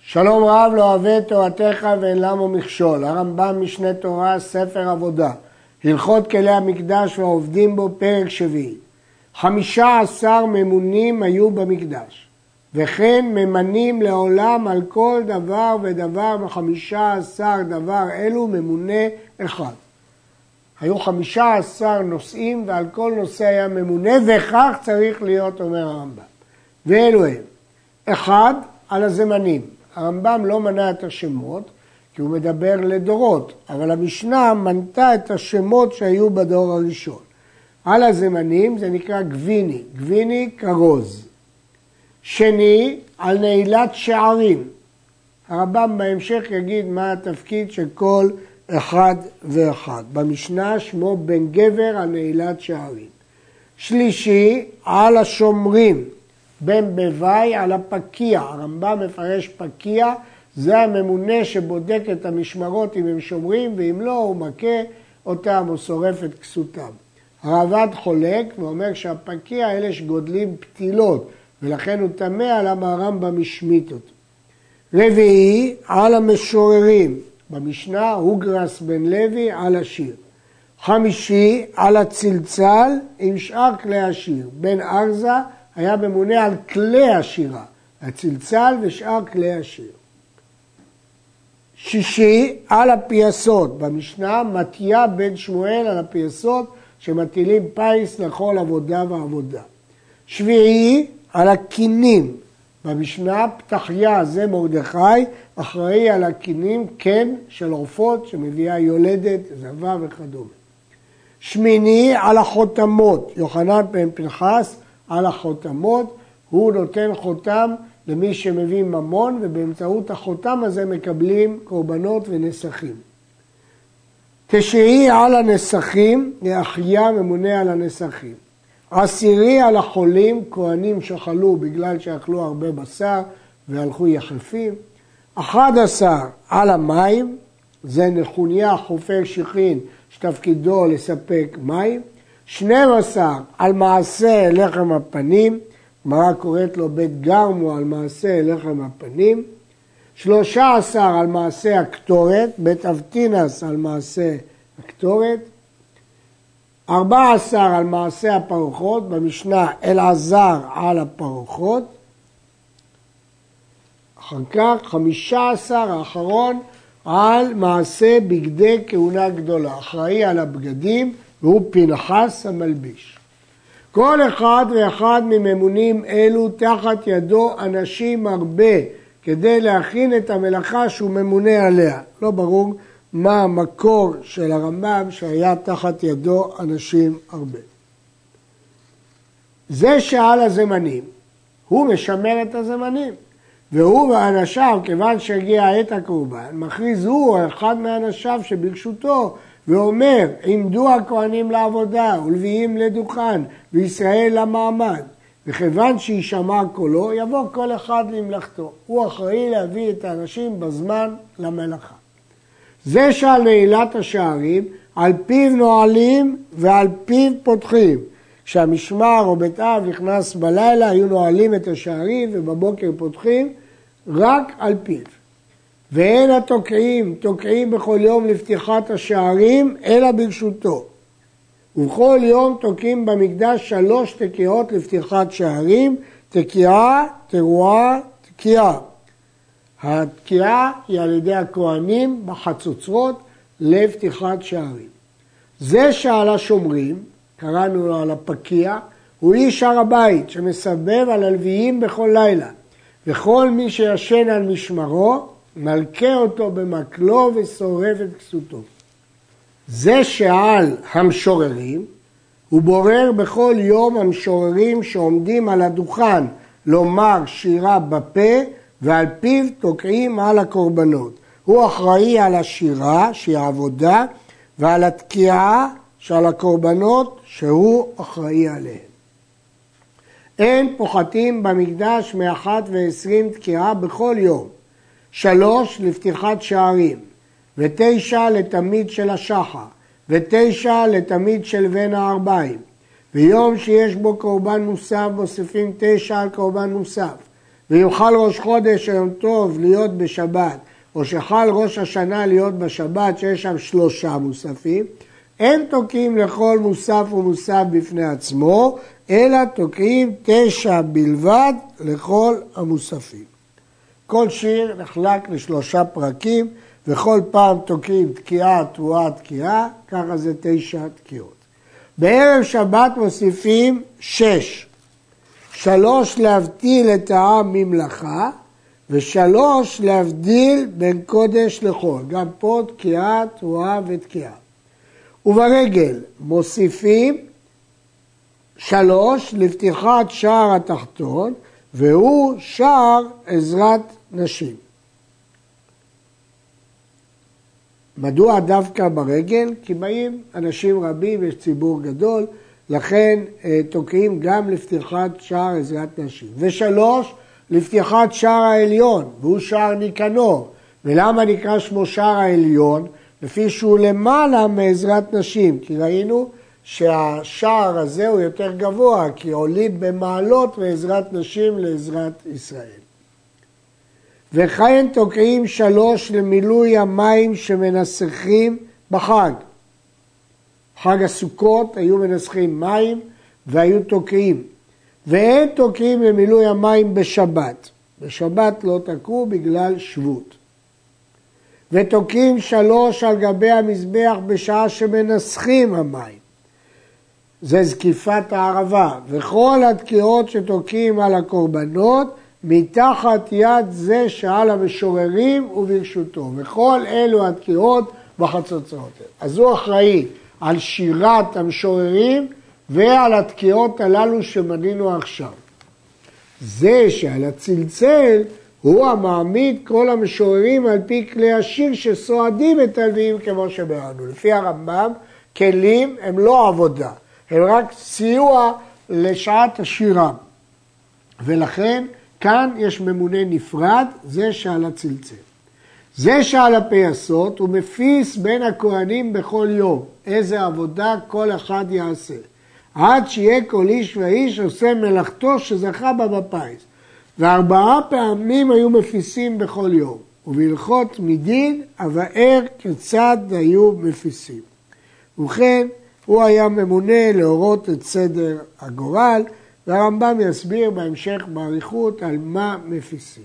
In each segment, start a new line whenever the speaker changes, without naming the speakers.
שלום רב לא אוהב תורתך ואין למו מכשול. הרמב"ם משנה תורה ספר עבודה. הלכות כלי המקדש והעובדים בו פרק שביעי. 15 ממונים היו במקדש. וכן ממנים לעולם על כל דבר ודבר ו15 דבר אלו ממונה אחד. היו 15 נושאים ועל כל נושא היה ממונה וכך צריך להיות אומר הרמב"ם. ואלו הם. אחד על הזמנים. הרמב"ם לא מנה את השמות כי הוא מדבר לדורות, אבל המשנה מנתה את השמות שהיו בדור הראשון. על הזמנים זה נקרא גביני, גביני כרוז. שני, על נעילת שערים. הרמב"ם בהמשך יגיד מה התפקיד של כל אחד ואחד. במשנה שמו בן גבר על נעילת שערים. שלישי, על השומרים. בן בוואי על הפקיע. הרמב"ם מפרש פקיע, זה הממונה שבודק את המשמרות אם הם שומרים, ואם לא הוא מכה אותם או שורף את כסותם. הרב"ד חולק ואומר שהפקיע אלה שגודלים פתילות, ולכן הוא תמה למה הרמב"ם השמיט אותו. רביעי, על המשוררים. במשנה הוגרס בן לוי על השיר. חמישי, על הצלצל עם שאר כלי השיר. בן ארזה היה ממונה על כלי השירה, הצלצל ושאר כלי השיר. שישי, על הפייסות. במשנה מתיה בן שמואל על הפייסות שמטילים פייס לכל עבודה ועבודה. שביעי, על הקינים. במשנה פתחיה זה מרדכי אחראי על הקינים כן של עופות שמביאה יולדת, זבה וכדומה. שמיני, על החותמות. יוחנן בן פנחס על החותמות, הוא נותן חותם למי שמביא ממון ובאמצעות החותם הזה מקבלים קורבנות ונסכים. תשעי, על הנסכים, לאחיה ממונה על הנסכים. עשירי, על החולים, כהנים שחלו בגלל שאכלו הרבה בשר והלכו יחפים. 11, על המים, זה נחוניה חופר שכין שתפקידו לספק מים. 12, על מעשה לחם הפנים, גמרא קוראת לו בית גרמו על מעשה לחם הפנים. 13, על מעשה הקטורת, בית אבטינס על מעשה הקטורת. 14, על מעשה הפרוחות, במשנה אלעזר על הפרוחות. אחר כך 15 האחרון על מעשה בגדי כהונה גדולה, אחראי על הבגדים והוא פנחס המלביש. כל אחד ואחד מממונים אלו תחת ידו אנשים הרבה כדי להכין את המלאכה שהוא ממונה עליה. לא ברור מה המקור של הרמב"ם שהיה תחת ידו אנשים הרבה. זה שעל הזמנים, הוא משמר את הזמנים. והוא ואנשיו, כיוון שהגיע עת הקורבן, מכריז הוא או אחד מאנשיו שברשותו, ואומר, עמדו הכהנים לעבודה ולוויים לדוכן, וישראל למעמד. וכיוון שישמע קולו, יבוא כל אחד למלאכתו. הוא אחראי להביא את האנשים בזמן למלאכה. זה שעל נעילת השערים, על פיו נועלים ועל פיו פותחים. כשהמשמר או בית אב נכנס בלילה, היו נועלים את השערים ובבוקר פותחים רק על פיו. ואין התוקעים, תוקעים בכל יום לפתיחת השערים, אלא ברשותו. ובכל יום תוקעים במקדש 3 תקיעות לפתיחת שערים, תקיעה, תרועה, תקיעה. התקיעה היא על ידי הכהנים בחצוצרות לפתיחת שערים. זה שעל השומרים, קראנו לו על הפקיע, הוא איש הר הבית שמסבב על הלוויים בכל לילה. וכל מי שישן על משמרו, מלכה אותו במקלו ושורף את כסותו. זה שעל המשוררים, הוא בורר בכל יום המשוררים שעומדים על הדוכן לומר שירה בפה, ועל פיו תוקעים על הקורבנות. הוא אחראי על השירה, שהיא העבודה, ועל התקיעה שעל הקורבנות, שהוא אחראי עליהם. אין פוחתים במקדש 120 תקיעה בכל יום. 3 לפתיחת שערים, 9 לתמיד של השחר, 9 לתמיד של בין הערביים. ויום שיש בו קורבן נוסף מוסיפים 9 על קורבן נוסף. ויוכל ראש חודש היום טוב להיות בשבת, או שחל ראש השנה להיות בשבת, שיש שם 3 מוספים, אין תוקעים לכל מוסף ומוסף בפני עצמו, אלא תוקעים 9 בלבד לכל המוספים. כל שיר נחלק ל3 פרקים, וכל פעם תוקעים תקיעה, תרועה, תקיעה, ככה זה 9 תקיעות. בערב שבת מוסיפים 6. 3 להבדיל את העם ממלאכה, ו3 להבדיל בין קודש לחול. גם פה תקיעה, תרועה ותקיעה. וברגל מוסיפים 3 לפתיחת שער התחתון, והוא שער עזרת נשים. מדוע דווקא ברגל? כי באים אנשים רבים, יש ציבור גדול, לכן תוקעים גם לפתיחת שער עזרת נשים. ו3 לפתיחת שער העליון, והוא שער ניקנור. ולמה נקרא שמו שער העליון? לפי שהוא למעלה מעזרת נשים, כי ראינו שהשער הזה הוא יותר גבוה, כי עולים במעלות ועזרת נשים לעזרת ישראל. וכן תוקעים 3 למילוי המים שמנסחים בחג. חג הסוכות היו מנסחים מים והיו תוקעים. ואין תוקעים למילוי המים בשבת. בשבת לא תקעו בגלל שבות. ותוקעים 3 על גבי המזבח בשעה שמנסחים המים. זה זקיפת הערבה. וכל התקיעות שתוקעים על הקורבנות, מתחת יד זה שעל המשוררים וברשותו. וכל אלו התקיעות בחצוצרות. אז הוא אחראי על שירת המשוררים ועל התקיעות הללו שמנינו עכשיו. זה שעל הצלצל הוא המעמיד כל המשוררים על פי כלי השיר שסועדים את הלוויים כמו שבראנו. לפי הרמב"ם, כלים הם לא עבודה, הם רק סיוע לשעת השירה. ולכן כאן יש ממונה נפרד, זה שעל הצלצל. זה שעל הפייסות הוא מפיס בין הכהנים בכל יום, איזה עבודה כל אחד יעשה. עד שיהיה כל איש ואיש עושה מלאכתו שזכה בה בפיס. ו4 פעמים היו מפיסים בכל יום. ובהלכות מדין, הבאר כיצד היו מפיסים. ובכן, הוא היה ממונה להורות את סדר הגורל, והרמב"ם יסביר בהמשך באריכות על מה מפיסים.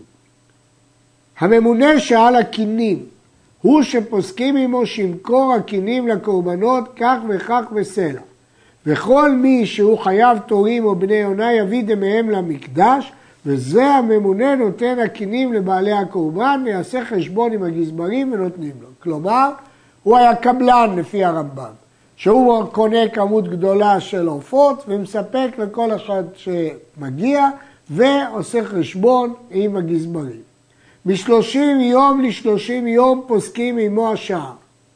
הממונה שעל הכינים, הוא שפוסקים עמו שימכור הכינים לקורבנות כך וכך בסלע. וכל מי שהוא חייב תורים או בני יונה יביא דמיהם למקדש, וזה הממונה נותן הכינים לבעלי הקורבן, ויעשה חשבון עם הגזברים ונותנים לו. כלומר, הוא היה קבלן לפי הרמב"ם, שהוא קונה כמות גדולה של עופות ומספק לכל אחד שמגיע, ועושה חשבון עם הגזברים. מ30 יום ל30 יום פוסקים עמו השער.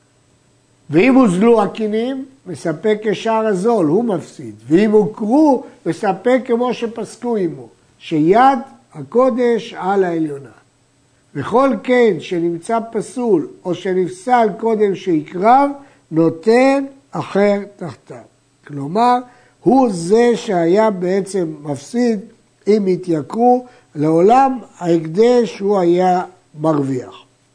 ואם הוזלו הכינים, מספק כשער הזול, הוא מפסיד. ואם הוכרו, מספק כמו שפסקו עמו, שיד הקודש על העליונה. וכל כן שנמצא פסול או שנפסל קודם שיקרב, נותן אחר תחתיו. כלומר, הוא זה שהיה בעצם מפסיד אם התייקרו, לעולם ההקדש הוא היה מרוויח.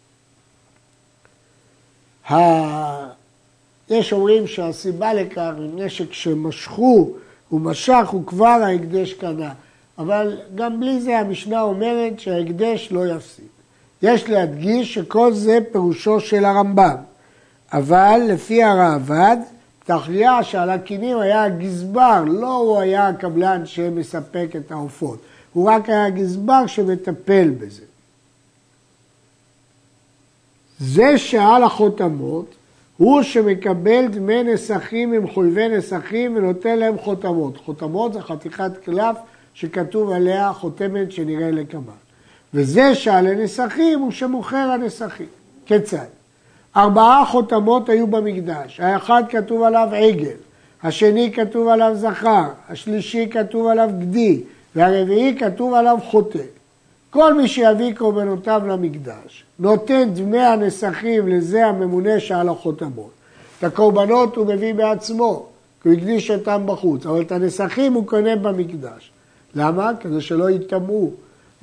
יש אומרים שהסיבה לכך, מפני שכשמשכו ומשך הוא כבר ההקדש קנה. אבל גם בלי זה המשנה אומרת שההקדש לא יפסיד. יש להדגיש שכל זה פירושו של הרמב"ם. אבל לפי הראב"ד, תכליה שעל הכינים היה הגזבר, לא הוא היה הקבלן שמספק את העופות. הוא רק היה הגזבר שמטפל בזה. זה שעל החותמות, הוא שמקבל דמי נסחים עם חויבי נסחים ונותן להם חותמות. חותמות זה חתיכת קלף שכתוב עליה חותמת שנראה לקבל. וזה שעל הנסחים הוא שמוכר הנסחים. כיצד? 4 חותמות היו במקדש. האחד כתוב עליו עגל, השני כתוב עליו זכר, השלישי כתוב עליו גדי, והרביעי כתוב עליו חוטא. כל מי שיביא קורבנותיו למקדש, נותן דמי הנסחים לזה הממונה שעל החותמות. את הקורבנות הוא מביא בעצמו, כי הוא הקדיש אותם בחוץ, אבל את הנסחים הוא קונה במקדש. למה? כדי שלא יטמעו.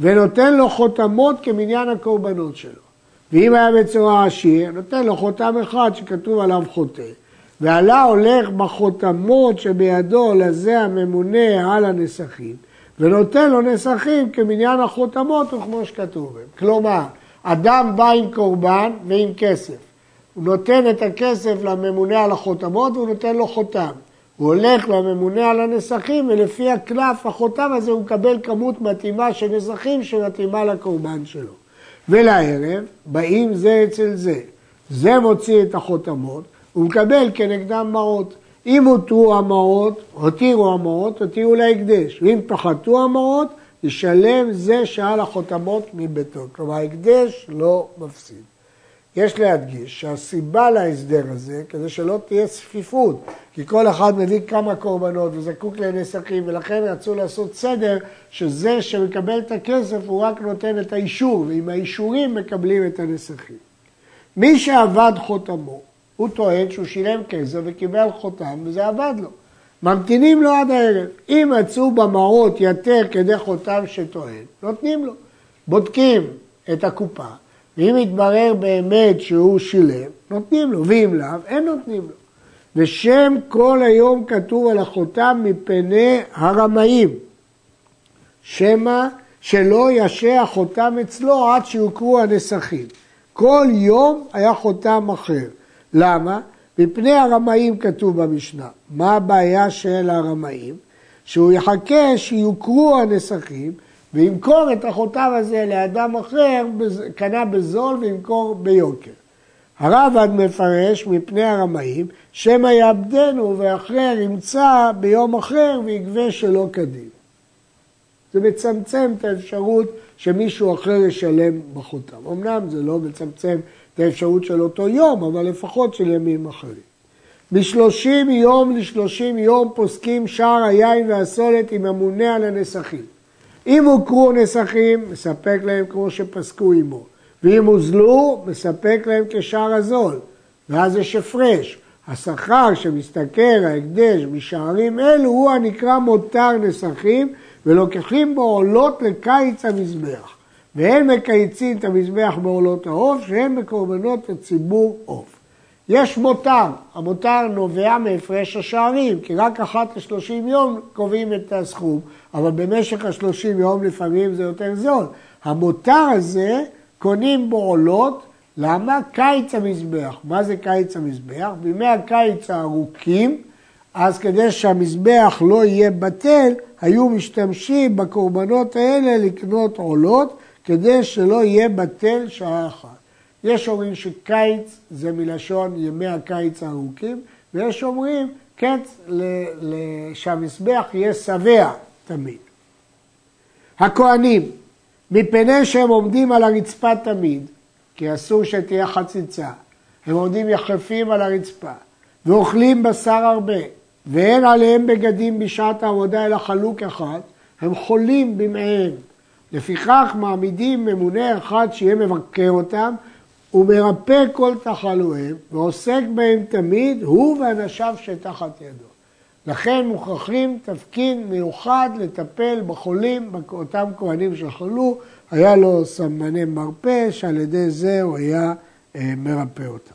ונותן לו חותמות כמניין הקורבנות שלו. ואם היה בצורה עשיר, נותן לו חותם אחד שכתוב עליו חוטא. ועלה הולך בחותמות שבידו לזה הממונה על הנסכים, ונותן לו נסכים כמניין החותמות וכמו שכתוב בהם. כלומר, אדם בא עם קורבן ועם כסף. הוא נותן את הכסף לממונה על החותמות והוא נותן לו חותם. הוא הולך לממונה על הנסכים ולפי הקלף החותם הזה הוא מקבל כמות מתאימה של נסכים שמתאימה לקורבן שלו. ולערב באים זה אצל זה. זה מוציא את החותמות, הוא מקבל כנגדם מעות. אם הותרו המעות, הותירו להקדש. ואם פחתו המעות, ישלם זה שעל החותמות מביתו. כלומר, ההקדש לא מפסיד. יש להדגיש שהסיבה להסדר הזה, כדי שלא תהיה צפיפות, כי כל אחד מביא כמה קורבנות וזקוק לנסכים, ולכן רצו לעשות סדר שזה שמקבל את הכסף הוא רק נותן את האישור, ועם האישורים מקבלים את הנסכים. מי שעבד חותמו, הוא טוען שהוא שילם כסף וקיבל חותם וזה עבד לו. ממתינים לו עד הערב. אם מצאו במעות יתר כדי חותם שטוען, נותנים לו. בודקים את הקופה, ואם יתברר באמת שהוא שילם, נותנים לו, ואם לאו, אין נותנים לו. ושם כל היום כתוב על החותם מפני הרמאים. שמה שלא ישע חותם אצלו עד שיוכרו הנסכים. כל יום היה חותם אחר. למה? מפני הרמאים כתוב במשנה. מה הבעיה של הרמאים? שהוא יחכה שיוכרו הנסכים וימכור את החותם הזה לאדם אחר, קנה בזול וימכור ביוקר. הרב מפרש מפני הרמאים, שמא יאבדנו ואחר ימצא ביום אחר ויגבה שלא כדין. זה מצמצם את האפשרות שמישהו אחר ישלם בחותם. אמנם זה לא מצמצם את האפשרות של אותו יום, אבל לפחות של ימים אחרים. מ-30 יום ל-30 יום פוסקים שער היין והסולת עם המונה על הנסכים. אם הוכרו נסכים, מספק להם כמו שפסקו עמו. ואם הוזלו, מספק להם כשער הזול. ואז יש הפרש. השכר שמסתכר ההקדש משערים אלו הוא הנקרא מותר נסכים, ולוקחים בו עולות לקיץ המזבח. והם מקייצים את המזבח בעולות העוף, שהם בקורבנות הציבור עוף. יש מותר, המותר נובע מהפרש השערים, כי רק אחת ל-30 יום קובעים את הסכום, אבל במשך ה-30 יום לפעמים זה יותר זול. המותר הזה קונים בו עולות, למה? קיץ המזבח. מה זה קיץ המזבח? בימי הקיץ הארוכים, אז כדי שהמזבח לא יהיה בטל, היו משתמשים בקורבנות האלה לקנות עולות, כדי שלא יהיה בטל שעה אחת. יש אומרים שקיץ זה מלשון ימי הקיץ הארוכים, ויש אומרים קץ שהמזבח יהיה שבע תמיד. הכהנים, מפני שהם עומדים על הרצפה תמיד, כי אסור שתהיה חציצה, הם עומדים יחפים על הרצפה, ואוכלים בשר הרבה, ואין עליהם בגדים בשעת העבודה אלא חלוק אחד, הם חולים במעיהם. לפיכך מעמידים ממונה אחד שיהיה מבקר אותם, הוא מרפא כל תחלואיהם, ועוסק בהם תמיד, הוא ואנשיו שתחת ידו. לכן מוכרחים תפקיד מיוחד לטפל בחולים, אותם כהנים שחלו, היה לו סמני מרפא, שעל ידי זה הוא היה מרפא אותם.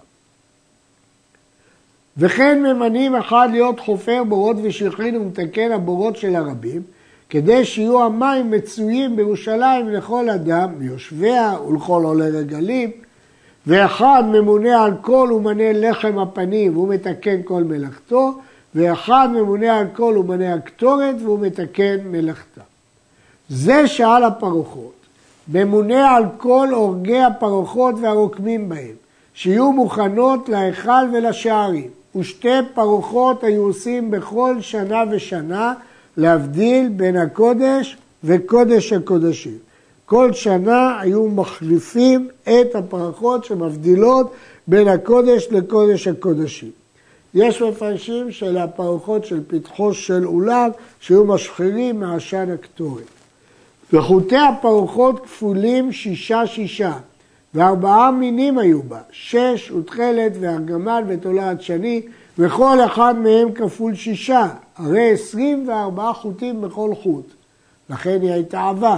וכן ממנים אחד להיות חופר בורות ושכין ומתקן הבורות של הרבים, כדי שיהיו המים מצויים בירושלים לכל אדם, מיושביה ולכל עולי רגלים, ואחד ממונה על כל ומנה לחם הפנים והוא מתקן כל מלאכתו, ואחד ממונה על כל ומנה הקטורת והוא מתקן מלאכתה. זה שעל הפרוחות, ממונה על כל אורגי הפרוחות והרוקמים בהם, שיהיו מוכנות להיכל ולשערים, ושתי פרוחות היו עושים בכל שנה ושנה, להבדיל בין הקודש וקודש הקודשים. כל שנה היו מחליפים את הפרוחות שמבדילות בין הקודש לקודש הקודשים. יש מפרשים של הפרוחות של פתחו של אולב שהיו משחירים מעשן הקטורת. וחוטי הפרוחות כפולים 6, ו4 מינים היו בה, 6 ותכלת וארגמן ותולעת שני, וכל אחד מהם כפול 6, הרי 24 חוטים בכל חוט. לכן היא הייתה עבה.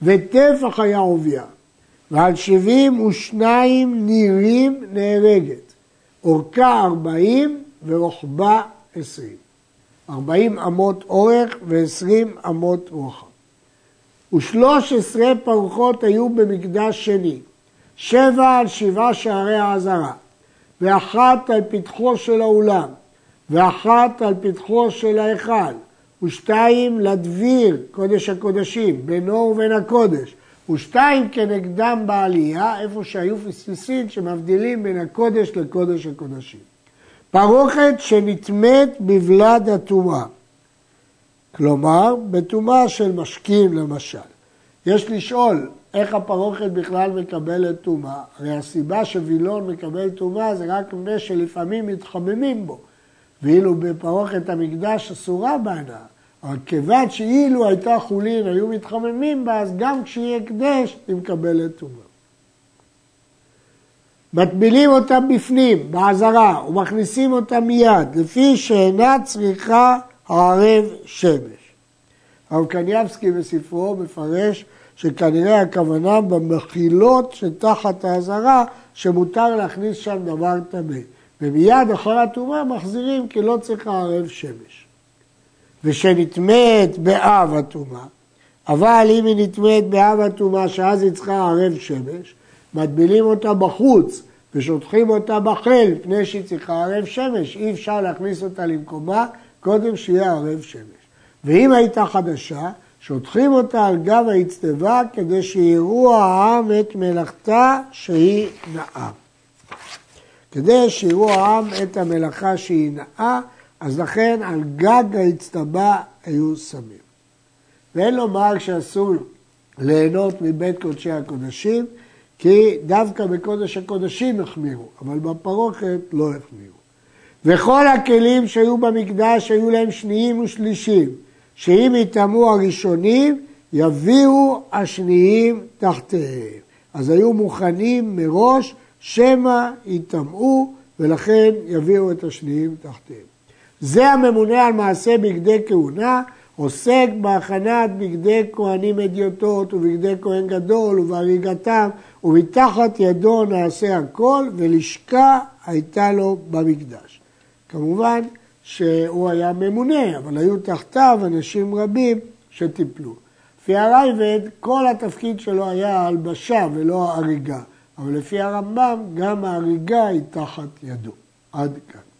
וטפח היה עוביה, ועל 72 נירים נהרגת, אורכה 40 ורוחבה 20. 40 אמות אורך ו20 אמות רוחב. ו13 פרוחות היו במקדש שני, 7 על 7 שערי העזרה, ואחת על פתחו של האולם, ואחת על פתחו של ההיכל, ושתיים לדביר, קודש הקודשים, בינו ובין הקודש, ושתיים כנגדם בעלייה, איפה שהיו פספסים שמבדילים בין הקודש לקודש הקודשים. פרוכת שנטמאת בבלד הטומאה, כלומר בטומאה של משכין למשל. יש לשאול איך הפרוכת בכלל מקבלת טומאה, הרי הסיבה שווילון מקבל טומאה זה רק מפני שלפעמים מתחממים בו, ואילו בפרוכת המקדש אסורה בהנאה, אבל כיוון שאילו הייתה חולין היו מתחממים בה, אז גם כשיהיה הקדש היא מקבלת טומאה. מטבילים אותה בפנים, בעזרה, ומכניסים אותה מיד, לפי שאינה צריכה הערב שמש. הרב קניאבסקי בספרו מפרש שכנראה הכוונה במחילות שתחת העזרה, שמותר להכניס שם דבר טמא. ומיד אחר הטומאה מחזירים כי לא צריכה ערב שמש. ושנטמאת באב הטומאה, אבל אם היא נטמאת באב הטומאה שאז היא צריכה ערב שמש, מטבילים אותה בחוץ ושותחים אותה בחל לפני שהיא צריכה ערב שמש. אי אפשר להכניס אותה למקומה קודם שיהיה ערב שמש. ואם הייתה חדשה, שותחים אותה על גב האצטבה כדי שיראו העם את מלאכתה שהיא נאה. כדי שיראו העם את המלאכה שהיא נאה, אז לכן על גג האצטבה היו שמים. ואין לומר שאסור ליהנות מבית קודשי הקודשים, כי דווקא בקודש הקודשים החמירו, אבל בפרוכת לא החמירו. וכל הכלים שהיו במקדש היו להם שניים ושלישים, שאם יטמאו הראשונים, יביאו השניים תחתיהם. אז היו מוכנים מראש, שמא יטמאו, ולכן יביאו את השניים תחתיהם. זה הממונה על מעשה בגדי כהונה, עוסק בהכנת בגדי כהנים אדיוטות ובגדי כהן גדול ובהריגתם, ומתחת ידו נעשה הכל, ולשכה הייתה לו במקדש. כמובן שהוא היה ממונה, אבל היו תחתיו אנשים רבים שטיפלו. לפי הרייבד, כל התפקיד שלו היה הלבשה ולא ההריגה, אבל לפי הרמב"ם גם ההריגה היא תחת ידו. עד כאן.